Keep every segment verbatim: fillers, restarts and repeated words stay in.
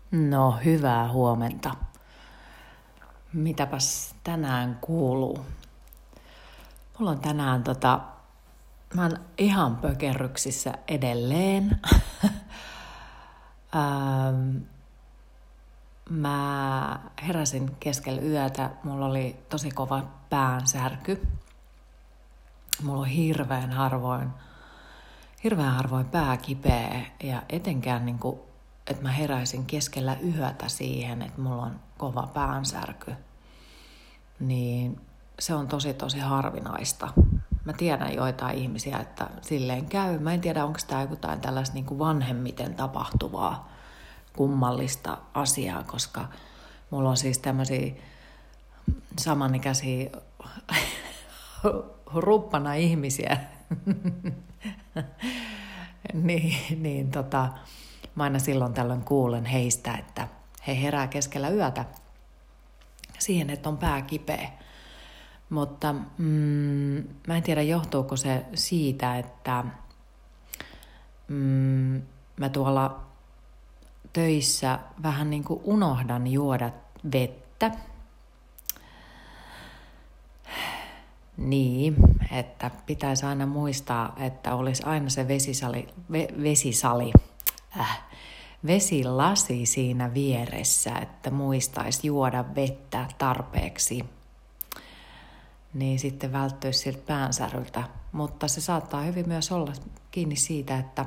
No, hyvää huomenta. Mitäpäs tänään kuuluu? Mulla on tänään tota, mä oon ihan pökerryksissä edelleen. ähm, mä heräsin keskellä yötä, mulla oli tosi kova päänsärky. Mulla on hirveän harvoin, hirveän harvoin pää kipeä ja etenkään niinku että mä heräisin keskellä yötä siihen, että mulla on kova päänsärky, niin se on tosi tosi harvinaista. Mä tiedän joitain ihmisiä, että silleen käy. Mä en tiedä, onko tämä jotain tällaista niin kuin vanhemmiten tapahtuvaa kummallista asiaa, koska mulla on siis tämmöisiä samanikäisiä ruppana ihmisiä. niin, niin tota... Mä aina silloin tällöin kuulen heistä, että he herää keskellä yötä siihen, että on pää kipeä. Mutta mm, mä en tiedä, johtuuko se siitä, että mm, mä tuolla töissä vähän niin kuin unohdan juoda vettä. Niin, että pitäisi aina muistaa, että olisi aina se vesisali, ve, vesisali. Äh, vesilasi siinä vieressä, että muistaisi juoda vettä tarpeeksi, niin sitten välttyisi siltä päänsäryltä. Mutta se saattaa hyvin myös olla kiinni siitä, että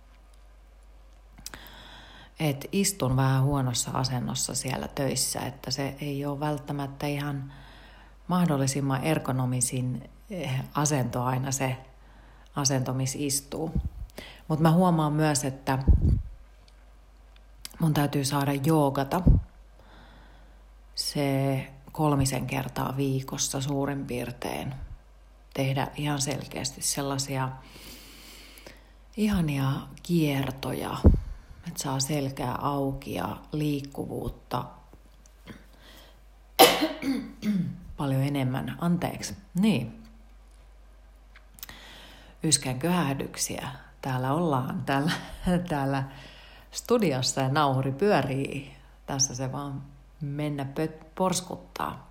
et istun vähän huonossa asennossa siellä töissä, että se ei ole välttämättä ihan mahdollisimman ergonomisin asento aina se asento, missä istuu. Mutta mä huomaan myös, että mun täytyy saada joogata se kolmisen kertaa viikossa suurin piirtein. Tehdä ihan selkeästi sellaisia ihania kiertoja, että saa selkää auki ja liikkuvuutta paljon enemmän. Anteeksi. Niin. Yskän köhähdyksiä. Täällä ollaan, täällä, täällä studiossa ja nauhuri pyörii. Tässä se vaan mennä pö- porskuttaa.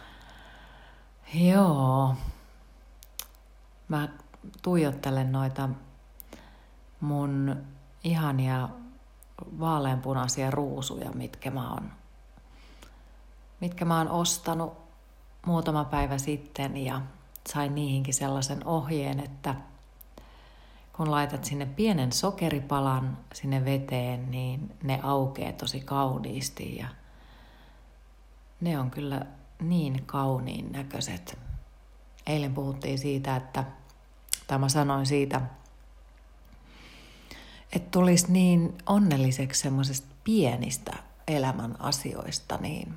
Joo. Mä tuijottelen noita mun ihania vaaleanpunaisia ruusuja, mitkä mä oon, mitkä mä oon ostanut muutama päivä sitten ja sain niihinkin sellaisen ohjeen, että kun laitat sinne pienen sokeripalan sinne veteen, niin ne aukeaa tosi kauniisti ja ne on kyllä niin kauniin näköiset. Eilen puhuttiin siitä, että, tai mä sanoin siitä, että tulisi niin onnelliseksi semmoisesta pienistä elämän asioista, niin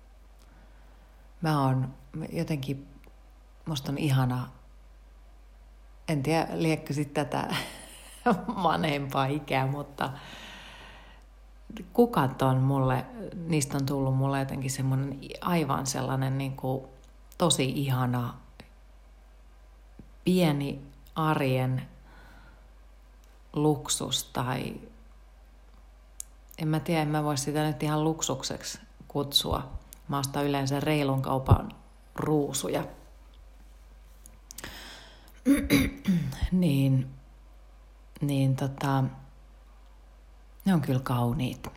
mä oon jotenkin, musta on ihana. En tiedä, liekkö sitten tätä vanhempaa ikää, mutta kukat on mulle, niistä on tullut mulle jotenkin semmoinen aivan sellainen niin kuin tosi ihana pieni arjen luksus tai en mä tiedä, en mä voi sitä nyt ihan luksukseksi kutsua. Mä ostan yleensä reilun kaupan ruusuja. niin, niin tota, ne on kyllä kauniit.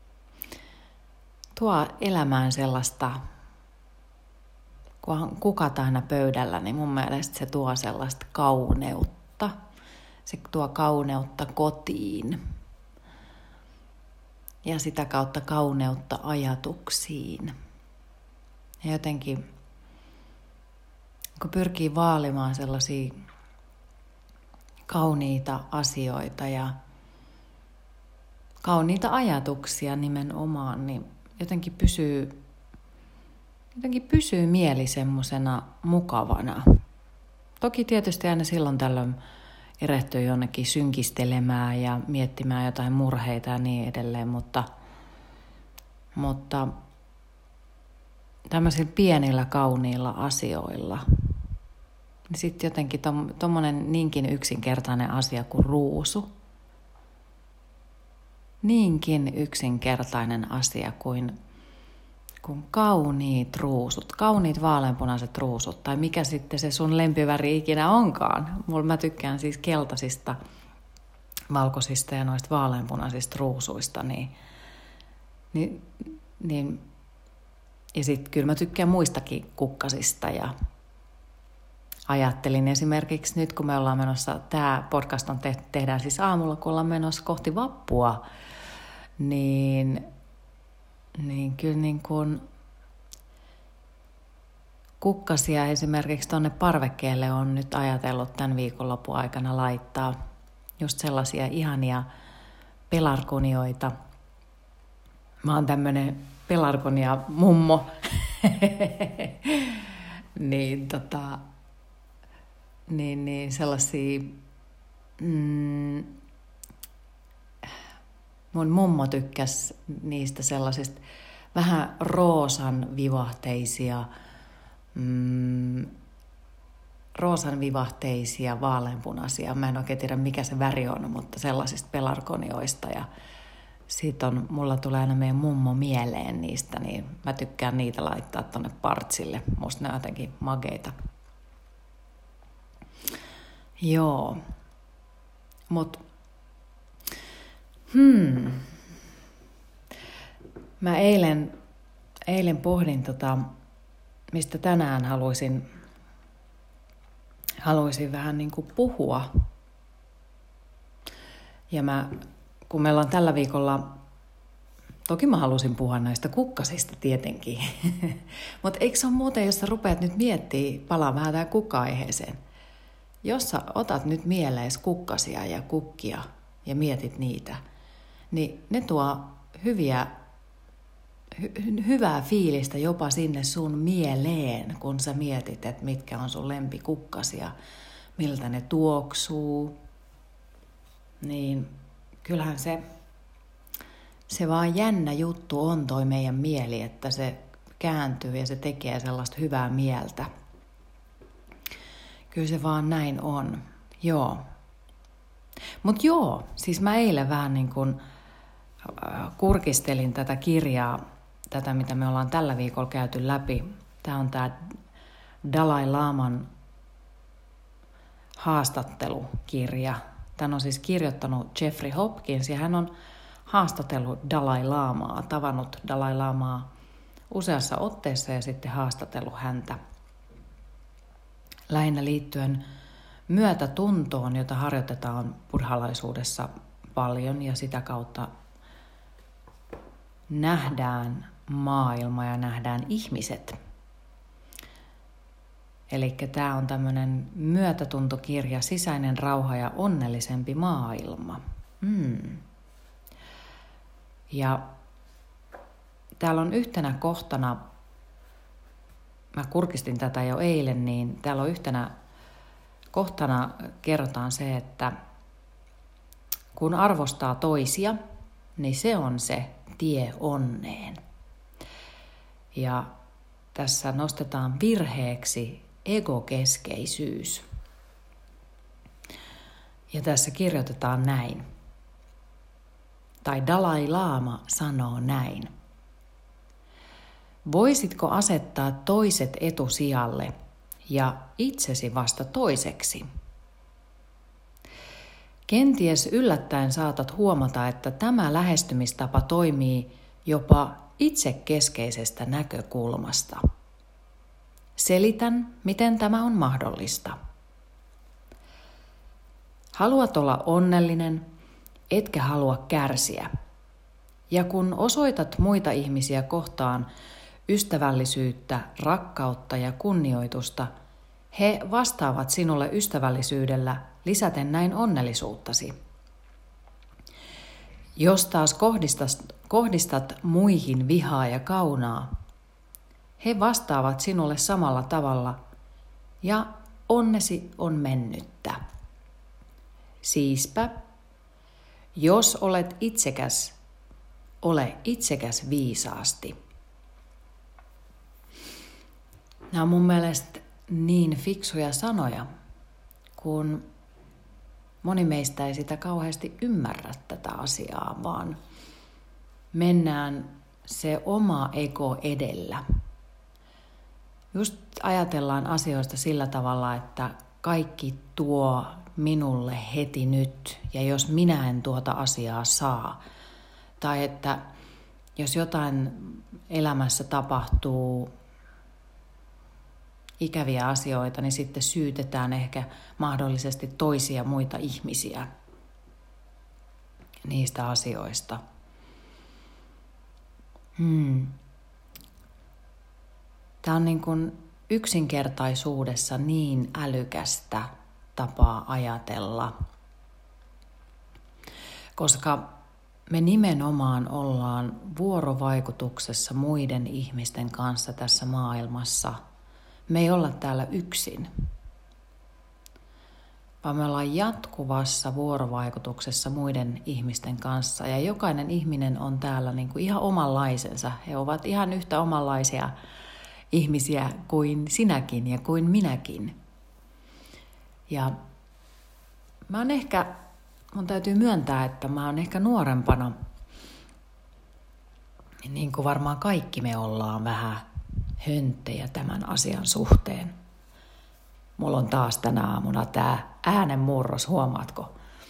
Tuo elämään sellaista, kun on kukat aina pöydällä, niin mun mielestä se tuo sellaista kauneutta. Se tuo kauneutta kotiin ja sitä kautta kauneutta ajatuksiin. Ja jotenkin, kun pyrkii vaalimaan sellaisia kauniita asioita ja kauniita ajatuksia nimenomaan, niin jotenkin pysyy, jotenkin pysyy mieli semmosena mukavana. Toki tietysti aina silloin tällöin erehtyy jonnekin synkistelemään ja miettimään jotain murheita ja niin edelleen, mutta, mutta tämmöisillä pienillä kauniilla asioilla, niin sitten jotenkin tommonen niinkin yksinkertainen asia kuin ruusu, niinkin yksinkertainen asia kuin, kuin kauniit ruusut, kauniit vaaleanpunaiset ruusut, tai mikä sitten se sun lempiväri ikinä onkaan. Mulla mä tykkään siis keltaisista, valkoisista ja noista vaaleanpunaisista ruusuista, niin, niin, niin ja sitten kyllä mä tykkään muistakin kukkasista ja ajattelin esimerkiksi nyt, kun me ollaan menossa, tämä podcast on te- tehdään siis aamulla, kun ollaan menossa kohti vappua, niin, niin kyllä niin kuin kukkasia esimerkiksi tuonne parvekkeelle on nyt ajatellut tämän viikonlopun aikana laittaa just sellaisia ihania pelargonioita. Mä oon tämmönen pelargonia mummo. niin tota... Niin, niin sellaisia, mm, mun mummo tykkäsi niistä sellaisista vähän roosan vivahteisia, mm, roosan vivahteisia, vaaleanpunaisia. Mä en oikein tiedä mikä se väri on, mutta sellaisista pelargonioista ja siitä on, mulla tulee aina meidän mummo mieleen niistä, niin mä tykkään niitä laittaa tonne partsille. Musta ne on jotenkin mageita. Joo, mut hmm. Mä eilen, eilen pohdin tota, mistä tänään haluaisin, haluaisin vähän niin kuin puhua. Ja mä, kun meillä on tällä viikolla, toki mä halusin puhua näistä kukkasista tietenkin, mutta eikö se ole muuten, jos sä rupeat nyt miettimään, palaa vähän tähän kukka-aiheeseen. Jos sä otat nyt mieleesi kukkasia ja kukkia ja mietit niitä, niin ne tuo hyviä, hy- hyvää fiilistä jopa sinne sun mieleen, kun sä mietit, että mitkä on sun lempikukkasia, miltä ne tuoksuu. Niin kyllähän se, se vaan jännä juttu on toi meidän mieli, että se kääntyy ja se tekee sellaista hyvää mieltä. Kyllä se vaan näin on. Joo. Mut joo, siis mä eilen vähän niin kuin kurkistelin tätä kirjaa, tätä mitä me ollaan tällä viikolla käyty läpi. Tää on tää Dalai Laman haastattelukirja. Tän on siis kirjoittanut Jeffrey Hopkins ja hän on haastatellut Dalai Lamaa, tavannut Dalai Lamaa useassa otteessa ja sitten haastatellut häntä. Lähinnä liittyen myötätuntoon, jota harjoitetaan buddhalaisuudessa paljon ja sitä kautta nähdään maailma ja nähdään ihmiset. Eli tämä on tämmöinen myötätuntokirja, sisäinen rauha ja onnellisempi maailma. Mm. Ja täällä on yhtenä kohtana, mä kurkistin tätä jo eilen, niin täällä on yhtenä kohtana kerrotaan se, että kun arvostaa toisia, niin se on se tie onneen. Ja tässä nostetaan virheeksi egokeskeisyys. Ja tässä kirjoitetaan näin. Tai Dalai Lama sanoo näin. Voisitko asettaa toiset etusijalle ja itsesi vasta toiseksi? Kenties yllättäen saatat huomata, että tämä lähestymistapa toimii jopa itsekeskeisestä näkökulmasta. Selitän, miten tämä on mahdollista. Haluat olla onnellinen, etkä halua kärsiä. Ja kun osoitat muita ihmisiä kohtaan ystävällisyyttä, rakkautta ja kunnioitusta, he vastaavat sinulle ystävällisyydellä lisäten näin onnellisuuttasi. Jos taas kohdistat, kohdistat muihin vihaa ja kaunaa, he vastaavat sinulle samalla tavalla ja onnesi on mennyttä. Siispä, jos olet itsekäs, ole itsekäs viisaasti. Nämä on mun mielestä niin fiksuja sanoja, kun moni meistä ei sitä kauheasti ymmärrä tätä asiaa, vaan mennään se oma ego edellä. Just ajatellaan asioista sillä tavalla, että kaikki tuo minulle heti nyt, ja jos minä en tuota asiaa saa, tai että jos jotain elämässä tapahtuu ikäviä asioita, niin sitten syytetään ehkä mahdollisesti toisia muita ihmisiä niistä asioista. Hmm. Tämä on niin kuin yksinkertaisuudessa niin älykästä tapaa ajatella, koska me nimenomaan ollaan vuorovaikutuksessa muiden ihmisten kanssa tässä maailmassa. Me ei olla täällä yksin, vaan me ollaan jatkuvassa vuorovaikutuksessa muiden ihmisten kanssa. Ja jokainen ihminen on täällä niin kuin ihan omanlaisensa. He ovat ihan yhtä omanlaisia ihmisiä kuin sinäkin ja kuin minäkin. Ja mä oon ehkä, mun täytyy myöntää, että mä oon ehkä nuorempana, niin kuin varmaan kaikki me ollaan vähän hönttejä tämän asian suhteen. Mulla on taas tänä aamuna tää äänenmurros, huomaatko?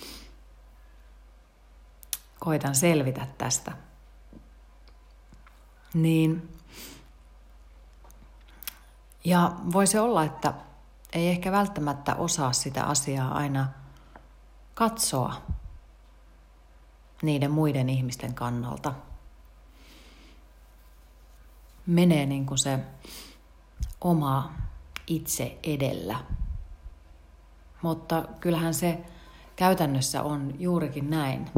Koitan selvitä tästä. Niin. Ja voi se olla, että ei ehkä välttämättä osaa sitä asiaa aina katsoa niiden muiden ihmisten kannalta. Menee niin kuin se oma itse edellä. Mutta kyllähän se käytännössä on juurikin näin,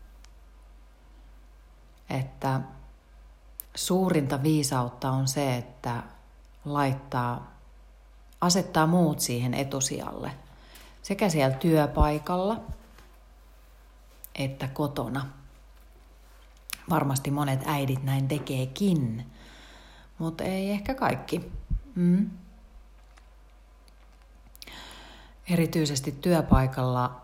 että suurinta viisautta on se, että laittaa, asettaa muut siihen etusijalle. Sekä siellä työpaikalla että kotona. Varmasti monet äidit näin tekeekin, mutta ei ehkä kaikki. Mm. Erityisesti työpaikalla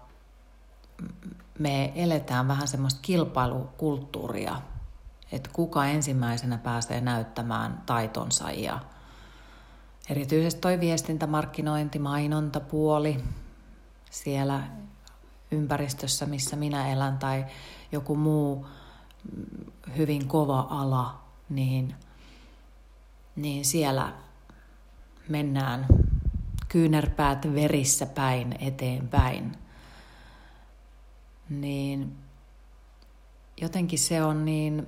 me eletään vähän semmoista kilpailukulttuuria, että kuka ensimmäisenä pääsee näyttämään taitonsa, ja erityisesti toi viestintämarkkinointi, mainontapuoli siellä ympäristössä, missä minä elän, tai joku muu hyvin kova ala, niin, niin siellä mennään kyynärpäät verissä päin eteenpäin. Niin jotenkin se on niin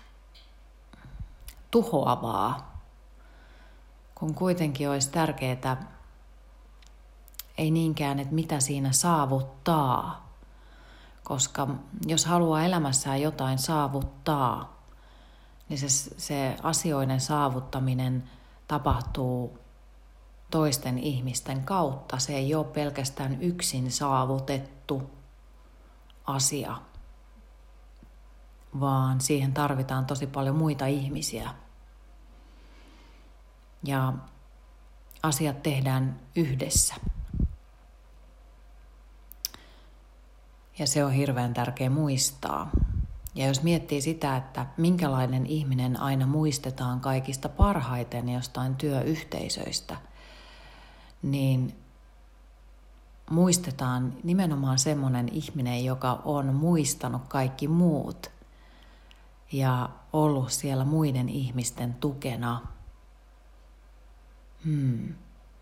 tuhoavaa, kun kuitenkin olisi tärkeää, ei niinkään, että mitä siinä saavuttaa, koska jos haluaa elämässään jotain saavuttaa, niin se, se asioiden saavuttaminen tapahtuu toisten ihmisten kautta. Se ei ole pelkästään yksin saavutettu asia, vaan siihen tarvitaan tosi paljon muita ihmisiä. Ja asiat tehdään yhdessä. Ja se on hirveän tärkeä muistaa. Ja jos miettii sitä, että minkälainen ihminen aina muistetaan kaikista parhaiten jostain työyhteisöistä, niin muistetaan nimenomaan semmoinen ihminen, joka on muistanut kaikki muut ja ollut siellä muiden ihmisten tukena. Hmm.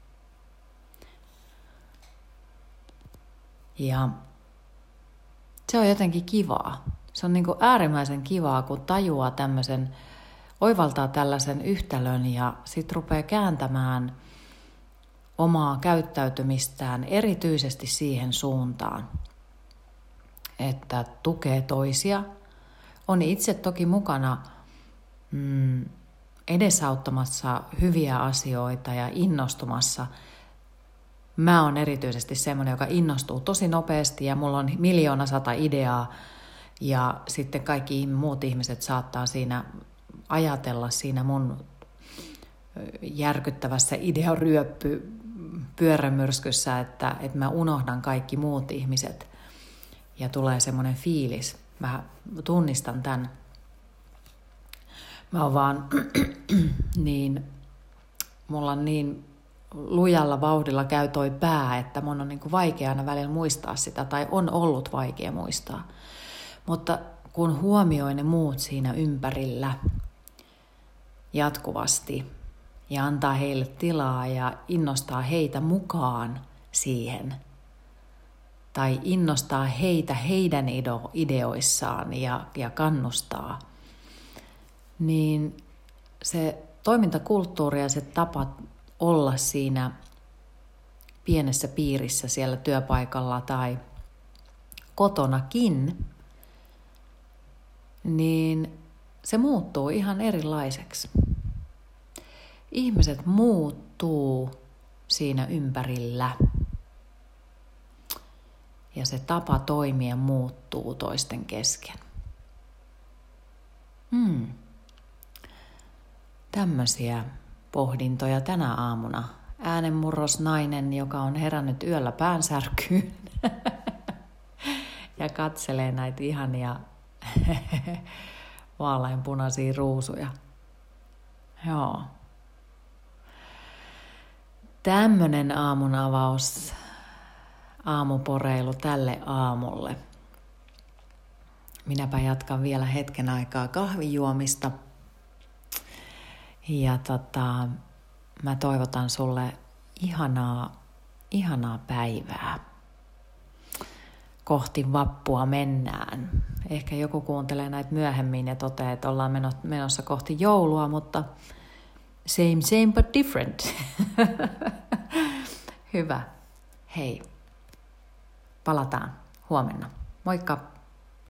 Ja se on jotenkin kivaa. Se on niin kuin äärimmäisen kivaa, kun tajuaa tämmöisen, oivaltaa tällaisen yhtälön ja sitten rupeaa kääntämään omaa käyttäytymistään erityisesti siihen suuntaan, että tukee toisia. On itse toki mukana mm, edesauttamassa hyviä asioita ja innostumassa. Mä oon erityisesti semmoinen, joka innostuu tosi nopeasti ja mulla on miljoona sata ideaa ja sitten kaikki muut ihmiset saattaa siinä ajatella siinä mun järkyttävässä idearyöppy pyörämyrskyssä, että, että mä unohdan kaikki muut ihmiset. ja tulee semmoinen fiilis. Mä tunnistan tämän. Mä oon vaan niin, mulla on niin lujalla vauhdilla käy toi pää, että mun on niin kuin vaikea aina välillä muistaa sitä, tai on ollut vaikea muistaa. Mutta kun huomioi ne muut siinä ympärillä jatkuvasti ja antaa heille tilaa ja innostaa heitä mukaan siihen, tai innostaa heitä heidän ideoissaan ja, ja kannustaa, niin se toimintakulttuuri ja se tapa olla siinä pienessä piirissä siellä työpaikalla tai kotonakin, niin se muuttuu ihan erilaiseksi. Ihmiset muuttuu siinä ympärillä ja se tapa toimia muuttuu toisten kesken. Hmm. Tämmöisiä pohdintoja tänä aamuna. Äänenmurrosnainen, joka on herännyt yöllä päänsärkyyn ja katselee näitä ihania vaaleanpunaisia ruusuja. Joo. Tämmönen aamun avaus, aamuporeilu tälle aamulle. Minäpä jatkan vielä hetken aikaa kahvijuomista. Ja tota, mä toivotan sulle ihanaa, ihanaa päivää. Kohti vappua mennään. Ehkä joku kuuntelee näitä myöhemmin ja toteaa, että ollaan menossa kohti joulua, mutta same, same but different. Hyvä. Hei. Palataan huomenna. Moikka!